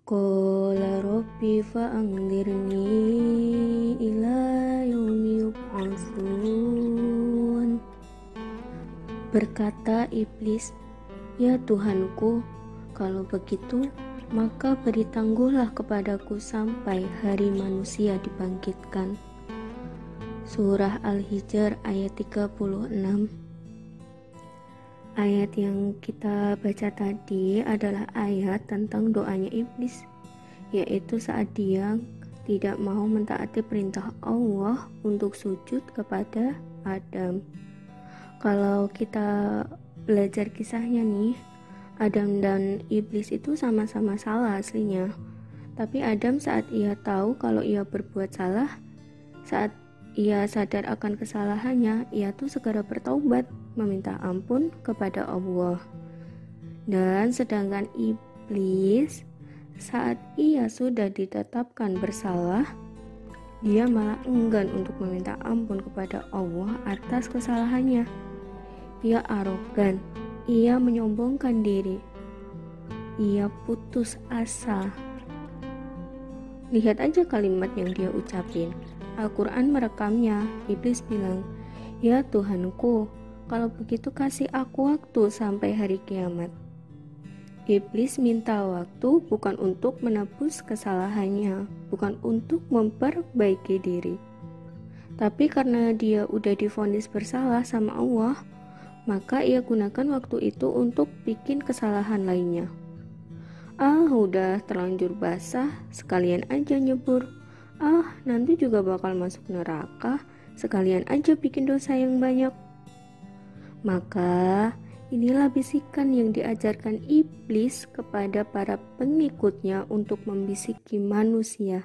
Qala rabbi fa'anzirni ila yaumi yub'atsun. Berkata iblis, "Ya Tuhanku, kalau begitu, maka beri tangguhlah kepadaku sampai hari manusia dibangkitkan." Surah Al-Hijr ayat 36. Ayat yang kita baca tadi adalah ayat tentang doanya iblis, yaitu saat dia tidak mau mentaati perintah Allah untuk sujud kepada Adam. Kalau kita belajar kisahnya nih, Adam dan iblis itu sama-sama salah aslinya. Tapi Adam saat ia tahu kalau ia berbuat salah, saat ia sadar akan kesalahannya, ia tuh segera bertaubat, meminta ampun kepada Allah. Dan sedangkan iblis, saat ia sudah ditetapkan bersalah, dia malah enggan untuk meminta ampun kepada Allah atas kesalahannya. Ia arogan, ia menyombongkan diri, ia putus asa. Lihat aja kalimat yang dia ucapin. Al-Quran merekamnya. Iblis bilang, "Ya Tuhanku, kalau begitu kasih aku waktu sampai hari kiamat." Iblis minta waktu bukan untuk menebus kesalahannya, bukan untuk memperbaiki diri. Tapi karena dia udah divonis bersalah sama Allah, maka ia gunakan waktu itu untuk bikin kesalahan lainnya. Udah terlanjur basah, sekalian aja nyebur. Nanti juga bakal masuk neraka, sekalian aja bikin dosa yang banyak. Maka inilah bisikan yang diajarkan iblis kepada para pengikutnya untuk membisiki manusia.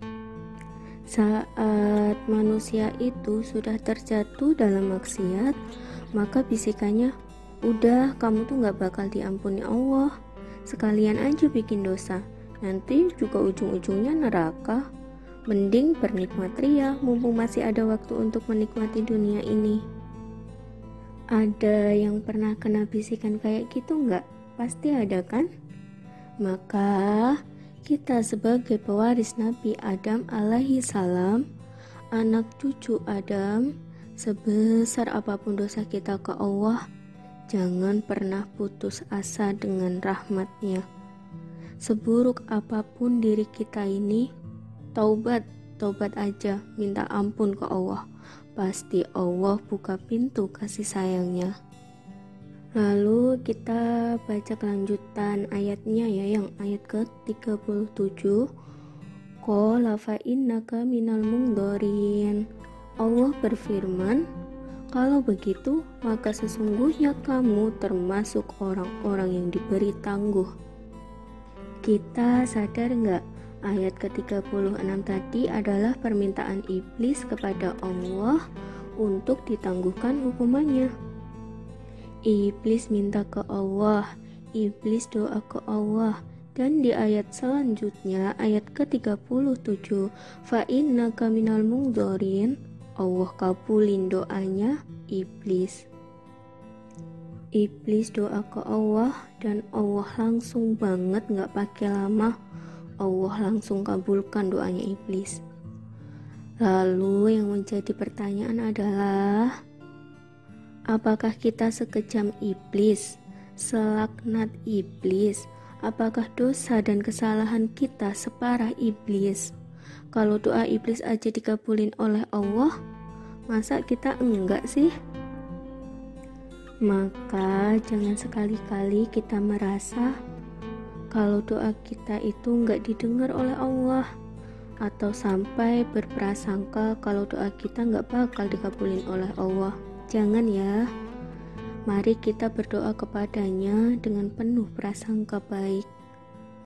Saat manusia itu sudah terjatuh dalam maksiat, maka bisikannya, "Udah, kamu tuh gak bakal diampuni Allah, sekalian aja bikin dosa, nanti juga ujung-ujungnya neraka. Mending bernikmat ria, mumpung masih ada waktu untuk menikmati dunia ini." Ada yang pernah kena bisikan kayak gitu nggak? Pasti ada kan? Maka kita sebagai pewaris Nabi Adam alaihi salam, anak cucu Adam, sebesar apapun dosa kita ke Allah, jangan pernah putus asa dengan rahmat-Nya. Seburuk apapun diri kita ini, taubat aja, minta ampun ke Allah. Pasti Allah buka pintu kasih sayangnya. Lalu kita baca kelanjutan ayatnya ya, yang ayat ke-37. Qala fa innaka minal mundharin. Allah berfirman, "Kalau begitu, maka sesungguhnya kamu termasuk orang-orang yang diberi tangguh." Kita sadar nggak? Ayat ke-36 tadi adalah permintaan iblis kepada Allah untuk ditangguhkan hukumannya. Iblis minta ke Allah, iblis doa ke Allah, dan di ayat selanjutnya, ayat ke-37, fa innaka minal mundharin, Allah kabulin doanya iblis. Iblis doa ke Allah dan Allah langsung banget, gak pakai lama, Allah langsung kabulkan doanya iblis. Lalu yang menjadi pertanyaan adalah, apakah kita sekejam iblis, selaknat iblis? Apakah dosa dan kesalahan kita separah iblis? Kalau doa iblis aja dikabulin oleh Allah, masa kita enggak sih? Maka jangan sekali-kali kita merasa kalau doa kita itu nggak didengar oleh Allah, atau sampai berprasangka kalau doa kita nggak bakal dikabulin oleh Allah. Jangan ya. Mari kita berdoa kepadanya dengan penuh prasangka baik.